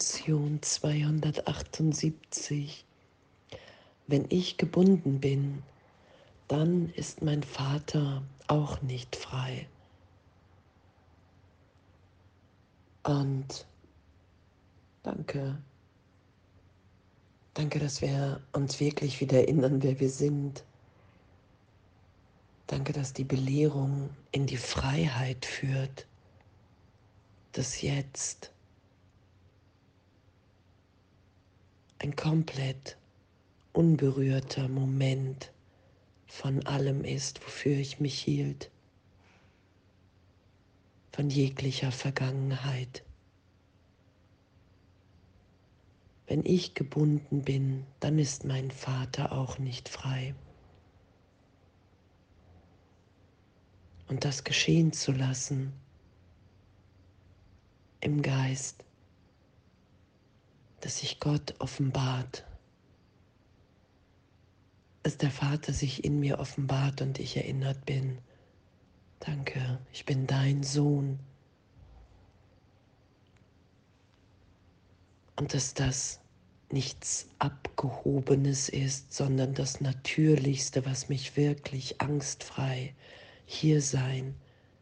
Lektion 278. Wenn ich gebunden bin, dann ist mein Vater auch nicht frei. Und danke, dass wir uns wirklich wieder erinnern, wer wir sind. Danke, dass die Belehrung in die Freiheit führt, dass jetzt ein komplett unberührter Moment von allem ist, wofür ich mich hielt, von jeglicher Vergangenheit. Wenn ich gebunden bin, dann ist mein Vater auch nicht frei. Und das geschehen zu lassen im Geist, dass sich Gott offenbart, dass der Vater sich in mir offenbart und ich erinnert bin, danke, ich bin dein Sohn. Und dass das nichts Abgehobenes ist, sondern das Natürlichste, was mich wirklich angstfrei hier sein,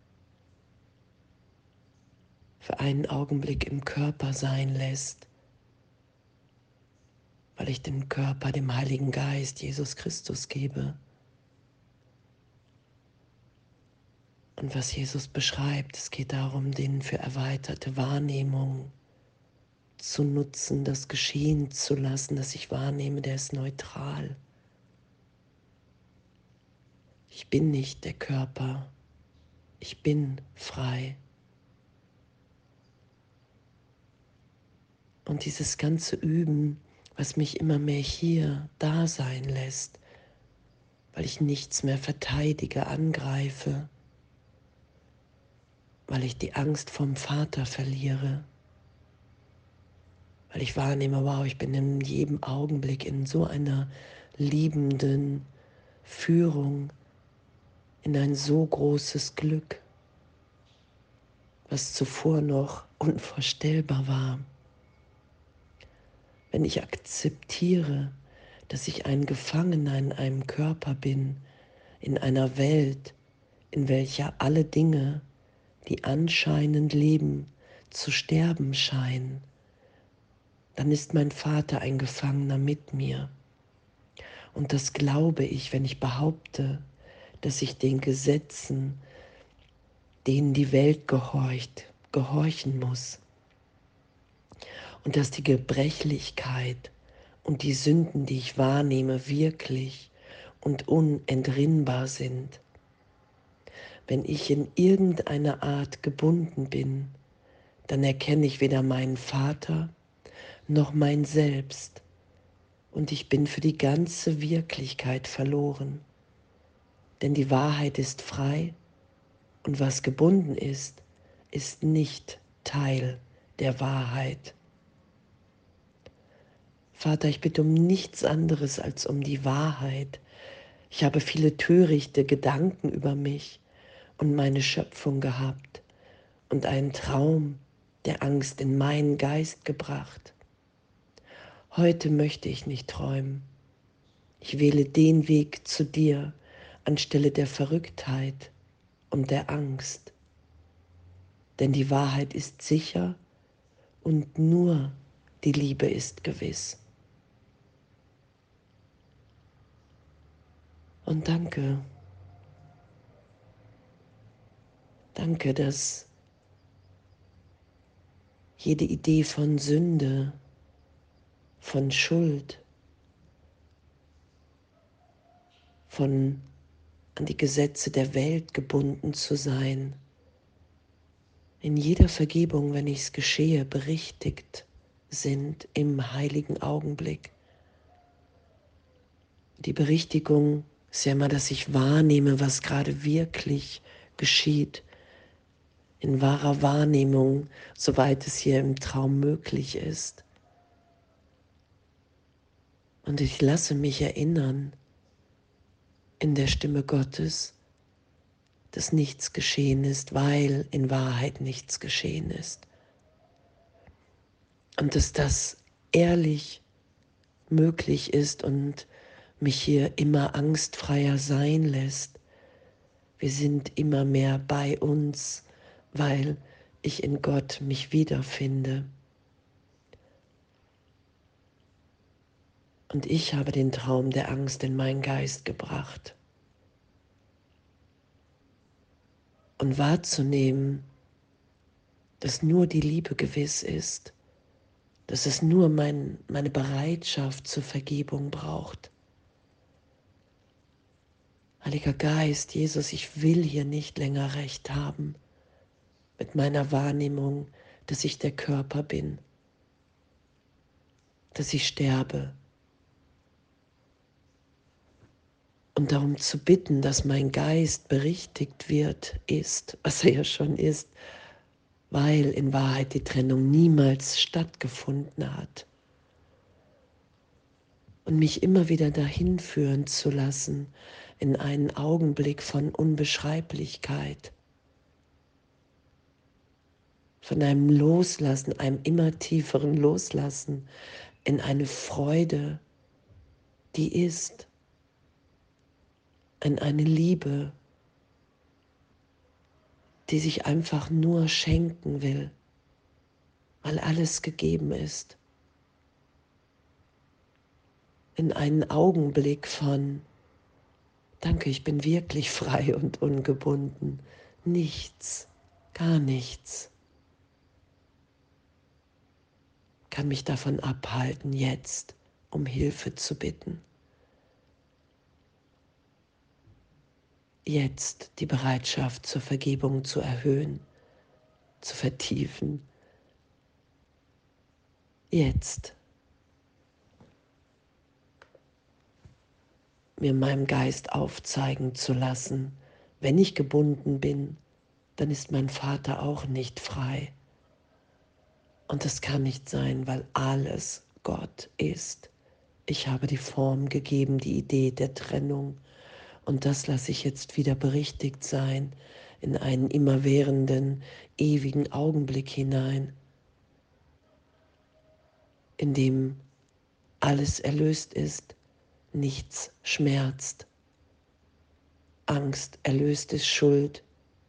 für einen Augenblick im Körper sein lässt, weil ich den Körper dem Heiligen Geist, Jesus Christus, gebe. Und was Jesus beschreibt, es geht darum, den für erweiterte Wahrnehmung zu nutzen, das geschehen zu lassen, dass ich wahrnehme, der ist neutral. Ich bin nicht der Körper, ich bin frei. Und dieses ganze Üben, was mich immer mehr hier da sein lässt, weil ich nichts mehr verteidige, angreife, weil ich die Angst vom Vater verliere, weil ich wahrnehme, wow, ich bin in jedem Augenblick in so einer liebenden Führung, in ein so großes Glück, was zuvor noch unvorstellbar war. Wenn ich akzeptiere, dass ich ein Gefangener in einem Körper bin, in einer Welt, in welcher alle Dinge, die anscheinend leben, zu sterben scheinen, dann ist mein Vater ein Gefangener mit mir. Und das glaube ich, wenn ich behaupte, dass ich den Gesetzen, denen die Welt gehorcht, gehorchen muss. Und dass die Gebrechlichkeit und die Sünden, die ich wahrnehme, wirklich und unentrinnbar sind. Wenn ich in irgendeiner Art gebunden bin, dann erkenne ich weder meinen Vater noch mein Selbst und ich bin für die ganze Wirklichkeit verloren. Denn die Wahrheit ist frei und was gebunden ist, ist nicht Teil der Wahrheit. Vater, ich bitte um nichts anderes als um die Wahrheit. Ich habe viele törichte Gedanken über mich und meine Schöpfung gehabt und einen Traum der Angst in meinen Geist gebracht. Heute möchte ich nicht träumen. Ich wähle den Weg zu dir anstelle der Verrücktheit und der Angst. Denn die Wahrheit ist sicher und nur die Liebe ist gewiss. Und danke, dass jede Idee von Sünde, von Schuld, von an die Gesetze der Welt gebunden zu sein, in jeder Vergebung, wenn ich es geschehe, berichtigt sind im heiligen Augenblick. Die Berichtigung ist ja immer, dass ich wahrnehme, was gerade wirklich geschieht, in wahrer Wahrnehmung, soweit es hier im Traum möglich ist. Und ich lasse mich erinnern in der Stimme Gottes, dass nichts geschehen ist, weil in Wahrheit nichts geschehen ist. und dass das ehrlich möglich ist und mich hier immer angstfreier sein lässt. Wir sind immer mehr bei uns, weil ich in Gott mich wiederfinde. Und ich habe den Traum der Angst in meinen Geist gebracht. Und wahrzunehmen, dass nur die Liebe gewiss ist, dass es nur meine Bereitschaft zur Vergebung braucht. Heiliger Geist, Jesus, ich will hier nicht länger recht haben mit meiner Wahrnehmung, dass ich der Körper bin, dass ich sterbe. Und darum zu bitten, dass mein Geist berichtigt wird, ist, was er ja schon ist, weil in Wahrheit die Trennung niemals stattgefunden hat. Und mich immer wieder dahin führen zu lassen in einen Augenblick von Unbeschreiblichkeit, von einem Loslassen, einem immer tieferen Loslassen, in eine Freude, die ist, in eine Liebe, die sich einfach nur schenken will, weil alles gegeben ist. In einen Augenblick von, danke, ich bin wirklich frei und ungebunden. Nichts, gar nichts kann mich davon abhalten, jetzt um Hilfe zu bitten. Jetzt die Bereitschaft zur Vergebung zu erhöhen, zu vertiefen. Jetzt mir meinem Geist aufzeigen zu lassen, wenn ich gebunden bin, dann ist mein Vater auch nicht frei. Und das kann nicht sein, weil alles Gott ist. Ich habe die Form gegeben, die Idee der Trennung. Und das lasse ich jetzt wieder berichtigt sein in einen immerwährenden, ewigen Augenblick hinein, in dem alles erlöst ist, nichts schmerzt. Angst erlöst ist Schuld.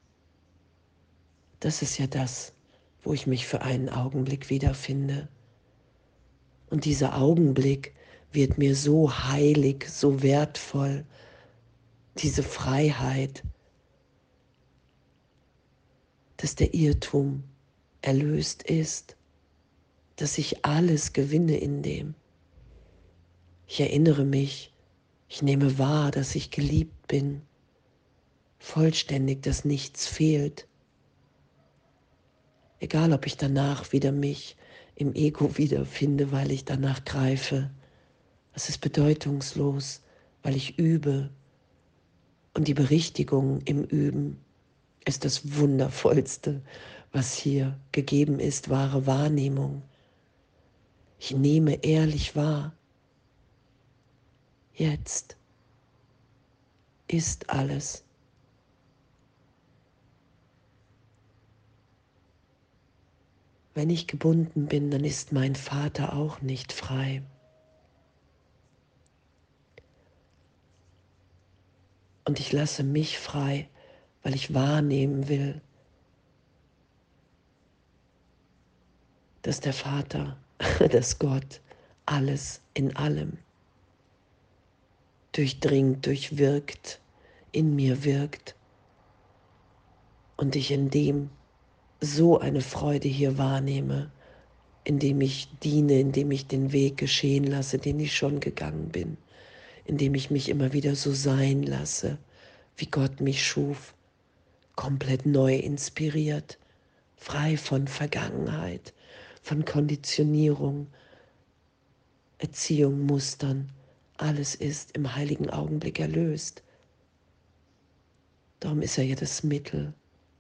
Das ist ja das, wo ich mich für einen Augenblick wiederfinde. Und dieser Augenblick wird mir so heilig, so wertvoll, diese Freiheit, dass der Irrtum erlöst ist, dass ich alles gewinne in dem. Ich erinnere mich, ich nehme wahr, dass ich geliebt bin, vollständig, dass nichts fehlt. Egal, ob ich danach wieder mich im Ego wiederfinde, weil ich danach greife. Es ist bedeutungslos, weil ich übe. Und die Berichtigung im Üben ist das Wundervollste, was hier gegeben ist, wahre Wahrnehmung. Ich nehme ehrlich wahr. Jetzt ist alles. Wenn ich gebunden bin, dann ist mein Vater auch nicht frei. Und ich lasse mich frei, weil ich wahrnehmen will, dass der Vater, dass Gott alles in allem durchdringt, durchwirkt, in mir wirkt und ich in dem so eine Freude hier wahrnehme, indem ich diene, indem ich den Weg geschehen lasse, den ich schon gegangen bin, indem ich mich immer wieder so sein lasse, wie Gott mich schuf, komplett neu inspiriert, frei von Vergangenheit, von Konditionierung, Erziehung, Mustern. Alles ist im heiligen Augenblick erlöst. Darum ist er ja das Mittel,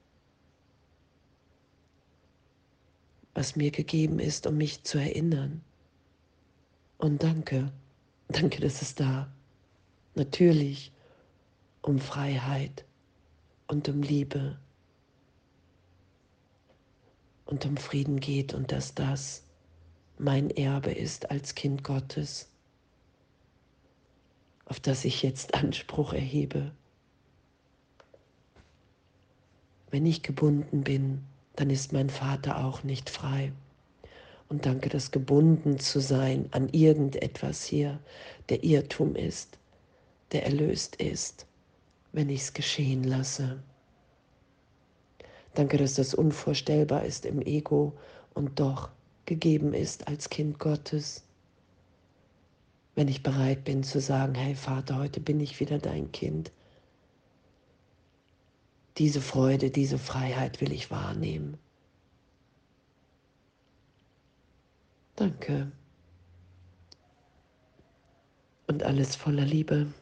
was mir gegeben ist, um mich zu erinnern. Und danke, danke, dass es da natürlich um Freiheit und um Liebe und um Frieden geht und dass das mein Erbe ist als Kind Gottes, auf das ich jetzt Anspruch erhebe. Wenn ich gebunden bin, dann ist mein Vater auch nicht frei. Und danke, dass gebunden zu sein an irgendetwas hier der Irrtum ist, der erlöst ist, wenn ich es geschehen lasse. Danke, dass das unvorstellbar ist im Ego und doch gegeben ist als Kind Gottes. Wenn ich bereit bin zu sagen, hey Vater, heute bin ich wieder dein Kind. Diese Freude, diese Freiheit will ich wahrnehmen. Danke. Und alles voller Liebe.